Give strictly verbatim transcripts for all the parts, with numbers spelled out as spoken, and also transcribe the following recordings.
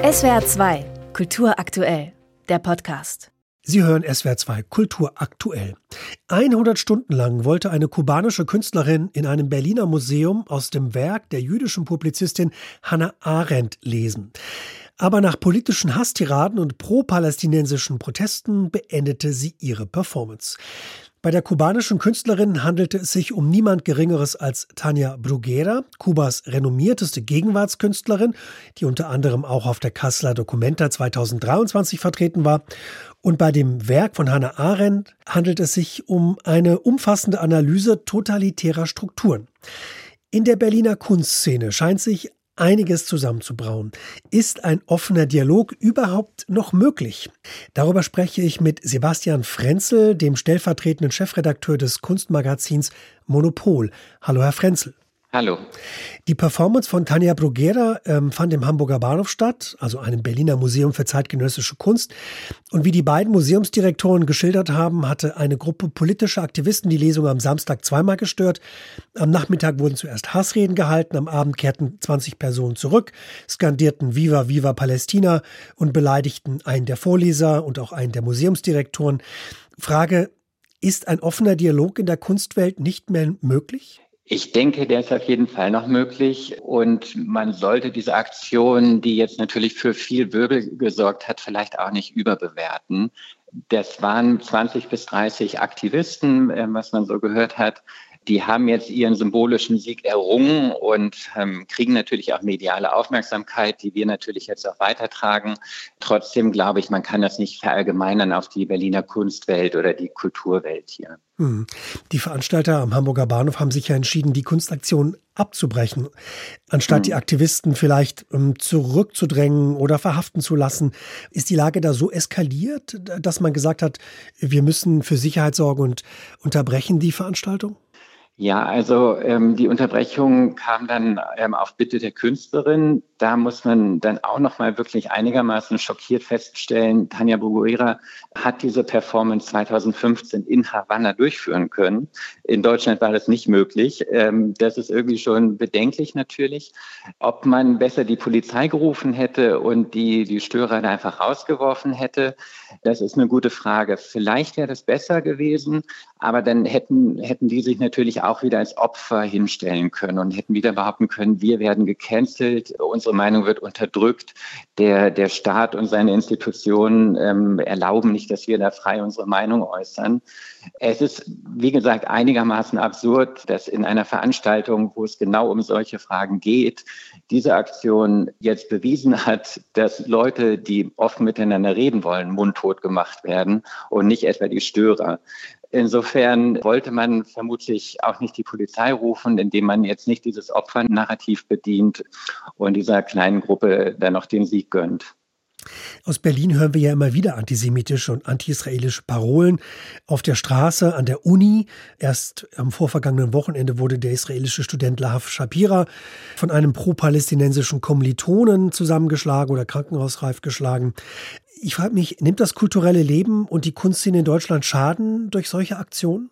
S W R zwei Kultur aktuell, der Podcast. Sie hören S W R zwei Kultur aktuell. hundert Stunden lang wollte eine kubanische Künstlerin in einem Berliner Museum aus dem Werk der jüdischen Publizistin Hannah Arendt lesen. Aber nach politischen Hasstiraden und pro-palästinensischen Protesten beendete sie ihre Performance. Bei der kubanischen Künstlerin handelte es sich um niemand Geringeres als Tania Bruguera, Kubas renommierteste Gegenwartskünstlerin, die unter anderem auch auf der Kasseler Documenta zweitausenddreiundzwanzig vertreten war. Und bei dem Werk von Hannah Arendt handelt es sich um eine umfassende Analyse totalitärer Strukturen. In der Berliner Kunstszene scheint sich einiges zusammenzubrauen. Ist ein offener Dialog überhaupt noch möglich? Darüber spreche ich mit Sebastian Frenzel, dem stellvertretenden Chefredakteur des Kunstmagazins Monopol. Hallo, Herr Frenzel. Hallo. Die Performance von Tania Bruguera ähm, fand im Hamburger Bahnhof statt, also einem Berliner Museum für zeitgenössische Kunst. Und wie die beiden Museumsdirektoren geschildert haben, hatte eine Gruppe politischer Aktivisten die Lesung am Samstag zweimal gestört. Am Nachmittag wurden zuerst Hassreden gehalten, am Abend kehrten zwanzig Personen zurück, skandierten Viva, Viva Palästina und beleidigten einen der Vorleser und auch einen der Museumsdirektoren. Frage, ist ein offener Dialog in der Kunstwelt nicht mehr möglich? Ich denke, der ist auf jeden Fall noch möglich und man sollte diese Aktion, die jetzt natürlich für viel Wirbel gesorgt hat, vielleicht auch nicht überbewerten. Das waren zwanzig bis dreißig Aktivisten, was man so gehört hat. Die haben jetzt ihren symbolischen Sieg errungen und ähm, kriegen natürlich auch mediale Aufmerksamkeit, die wir natürlich jetzt auch weitertragen. Trotzdem glaube ich, man kann das nicht verallgemeinern auf die Berliner Kunstwelt oder die Kulturwelt hier. Hm. Die Veranstalter am Hamburger Bahnhof haben sich ja entschieden, die Kunstaktion abzubrechen, anstatt hm. die Aktivisten vielleicht ähm, zurückzudrängen oder verhaften zu lassen. Ist die Lage da so eskaliert, dass man gesagt hat, wir müssen für Sicherheit sorgen und unterbrechen die Veranstaltung? Ja, also ähm, die Unterbrechung kam dann ähm, auf Bitte der Künstlerin. Da muss man dann auch noch mal wirklich einigermaßen schockiert feststellen, Tania Bruguera hat diese Performance zweitausendfünfzehn in Havanna durchführen können. In Deutschland war das nicht möglich. Ähm, das ist irgendwie schon bedenklich natürlich. Ob man besser die Polizei gerufen hätte und die, die Störer da einfach rausgeworfen hätte, das ist eine gute Frage. Vielleicht wäre das besser gewesen, aber dann hätten, hätten die sich natürlich auch wieder als Opfer hinstellen können und hätten wieder behaupten können, wir werden gecancelt, unsere Meinung wird unterdrückt, der, der Staat und seine Institutionen ähm, erlauben nicht, dass wir da frei unsere Meinung äußern. Es ist, wie gesagt, einigermaßen absurd, dass in einer Veranstaltung, wo es genau um solche Fragen geht, diese Aktion jetzt bewiesen hat, dass Leute, die offen miteinander reden wollen, mundtot gemacht werden und nicht etwa die Störer. Insofern wollte man vermutlich auch nicht die Polizei rufen, indem man jetzt nicht dieses Opfernarrativ bedient und dieser kleinen Gruppe dann noch den Sieg gönnt. Aus Berlin hören wir ja immer wieder antisemitische und anti-israelische Parolen auf der Straße, an der Uni. Erst am vorvergangenen Wochenende wurde der israelische Student Lahav Shapira von einem pro-palästinensischen Kommilitonen zusammengeschlagen oder krankenhausreif geschlagen. Ich frage mich, nimmt das kulturelle Leben und die Kunstszene in Deutschland Schaden durch solche Aktionen?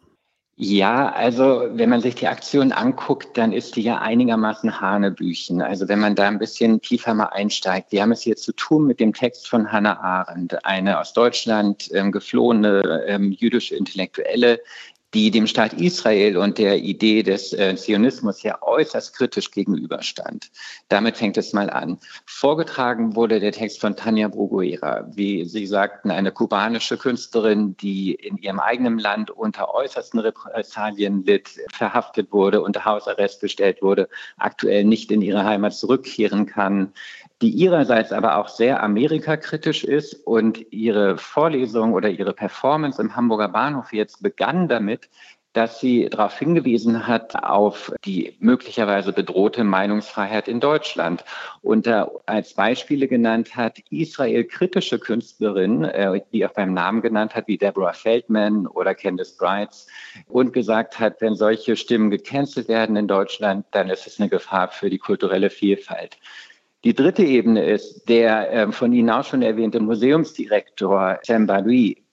Ja, also wenn man sich die Aktion anguckt, dann ist die ja einigermaßen Hanebüchen. Also wenn man da ein bisschen tiefer mal einsteigt. Wir haben es hier zu tun mit dem Text von Hannah Arendt, eine aus Deutschland ähm, geflohene ähm, jüdische Intellektuelle, die dem Staat Israel und der Idee des äh, Zionismus ja äußerst kritisch gegenüberstand. Damit fängt es mal an. Vorgetragen wurde der Text von Tania Bruguera, wie Sie sagten, eine kubanische Künstlerin, die in ihrem eigenen Land unter äußersten Repressalien litt, verhaftet wurde, unter Hausarrest gestellt wurde, aktuell nicht in ihre Heimat zurückkehren kann, die ihrerseits aber auch sehr amerikakritisch ist und ihre Vorlesung oder ihre Performance im Hamburger Bahnhof jetzt begann damit, dass sie darauf hingewiesen hat, auf die möglicherweise bedrohte Meinungsfreiheit in Deutschland und da als Beispiele genannt hat, Israel-kritische Künstlerinnen, äh, die auch beim Namen genannt hat, wie Deborah Feldman oder Candice Brights und gesagt hat, wenn solche Stimmen gecancelt werden in Deutschland, dann ist es eine Gefahr für die kulturelle Vielfalt. Die dritte Ebene ist, der äh, von Ihnen auch schon erwähnte Museumsdirektor Sam Badawi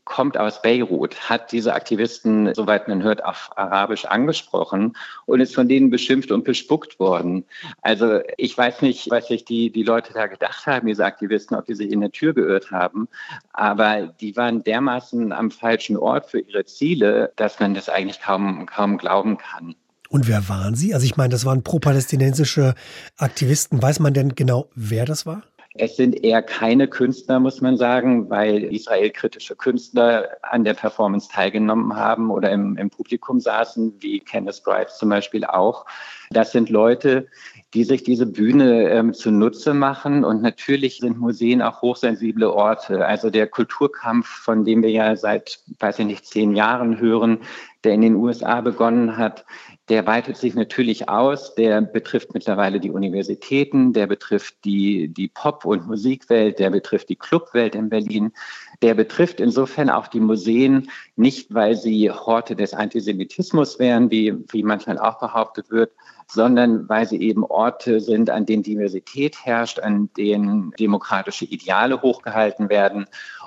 kommt aus Beirut, hat diese Aktivisten, soweit man hört, auf Arabisch angesprochen und ist von denen beschimpft und bespuckt worden. Also ich weiß nicht, was sich die, die Leute da gedacht haben, diese Aktivisten, ob die sich in der Tür geirrt haben, aber die waren dermaßen am falschen Ort für ihre Ziele, dass man das eigentlich kaum, kaum glauben kann. Und wer waren sie? Also ich meine, das waren pro-palästinensische Aktivisten. Weiß man denn genau, wer das war? Es sind eher keine Künstler, muss man sagen, weil israelkritische Künstler an der Performance teilgenommen haben oder im, im Publikum saßen, wie Candice Bright zum Beispiel auch. Das sind Leute, die sich diese Bühne ähm, zunutze machen. Und natürlich sind Museen auch hochsensible Orte. Also der Kulturkampf, von dem wir ja seit, weiß ich nicht, zehn Jahren hören, der in den U S A begonnen hat, der weitet sich natürlich aus. Der betrifft mittlerweile die Universitäten, der betrifft die, die Pop- und Musikwelt, der betrifft die Clubwelt in Berlin. Der betrifft insofern auch die Museen, nicht weil sie Horte des Antisemitismus wären, wie, wie manchmal auch behauptet wird, sondern weil sie eben Orte sind, an denen Diversität herrscht, an denen demokratische Ideale hochgehalten werden.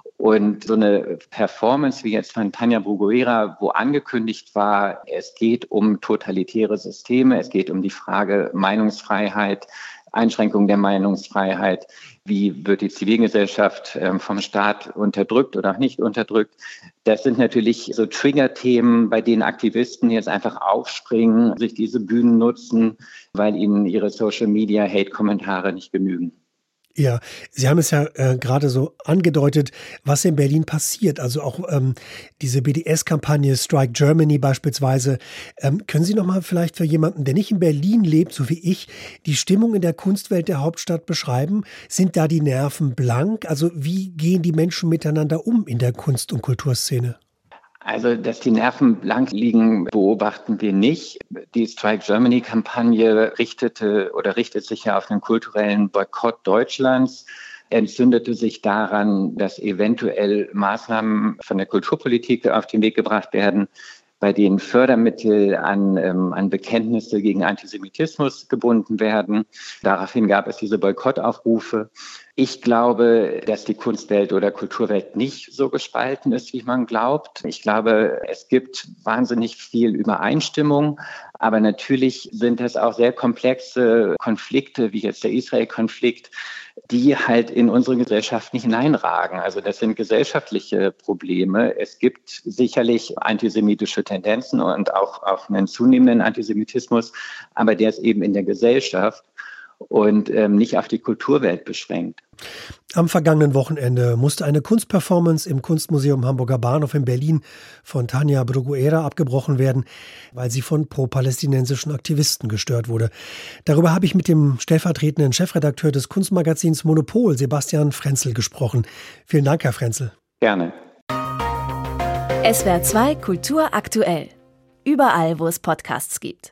Und so eine Performance wie jetzt von Tania Bruguera, wo angekündigt war, es geht um totalitäre Systeme, es geht um die Frage Meinungsfreiheit, Einschränkung der Meinungsfreiheit, wie wird die Zivilgesellschaft vom Staat unterdrückt oder auch nicht unterdrückt. Das sind natürlich so Trigger-Themen, bei denen Aktivisten jetzt einfach aufspringen, sich diese Bühnen nutzen, weil ihnen ihre Social-Media-Hate-Kommentare nicht genügen. Ja, Sie haben es ja äh, gerade so angedeutet, was in Berlin passiert. Also auch ähm, diese B D S-Kampagne Strike Germany beispielsweise. Ähm, können Sie noch mal vielleicht für jemanden, der nicht in Berlin lebt, so wie ich, die Stimmung in der Kunstwelt der Hauptstadt beschreiben? Sind da die Nerven blank? Also wie gehen die Menschen miteinander um in der Kunst- und Kulturszene? Also, dass die Nerven blank liegen, beobachten wir nicht. Die Strike Germany-Kampagne richtete oder richtet sich ja auf einen kulturellen Boykott Deutschlands, entzündete sich daran, dass eventuell Maßnahmen von der Kulturpolitik auf den Weg gebracht werden, bei denen Fördermittel an, ähm, an Bekenntnisse gegen Antisemitismus gebunden werden. Daraufhin gab es diese Boykottaufrufe. Ich glaube, dass die Kunstwelt oder Kulturwelt nicht so gespalten ist, wie man glaubt. Ich glaube, es gibt wahnsinnig viel Übereinstimmung, aber natürlich sind es auch sehr komplexe Konflikte, wie jetzt der Israel-Konflikt, die halt in unsere Gesellschaft nicht hineinragen. Also das sind gesellschaftliche Probleme. Es gibt sicherlich antisemitische Tendenzen und auch, auch einen zunehmenden Antisemitismus, aber der ist eben in der Gesellschaft und ähm, nicht auf die Kulturwelt beschränkt. Am vergangenen Wochenende musste eine Kunstperformance im Kunstmuseum Hamburger Bahnhof in Berlin von Tania Bruguera abgebrochen werden, weil sie von pro-palästinensischen Aktivisten gestört wurde. Darüber habe ich mit dem stellvertretenden Chefredakteur des Kunstmagazins Monopol, Sebastian Frenzel, gesprochen. Vielen Dank, Herr Frenzel. Gerne. S W R zwei Kultur aktuell. Überall, wo es Podcasts gibt.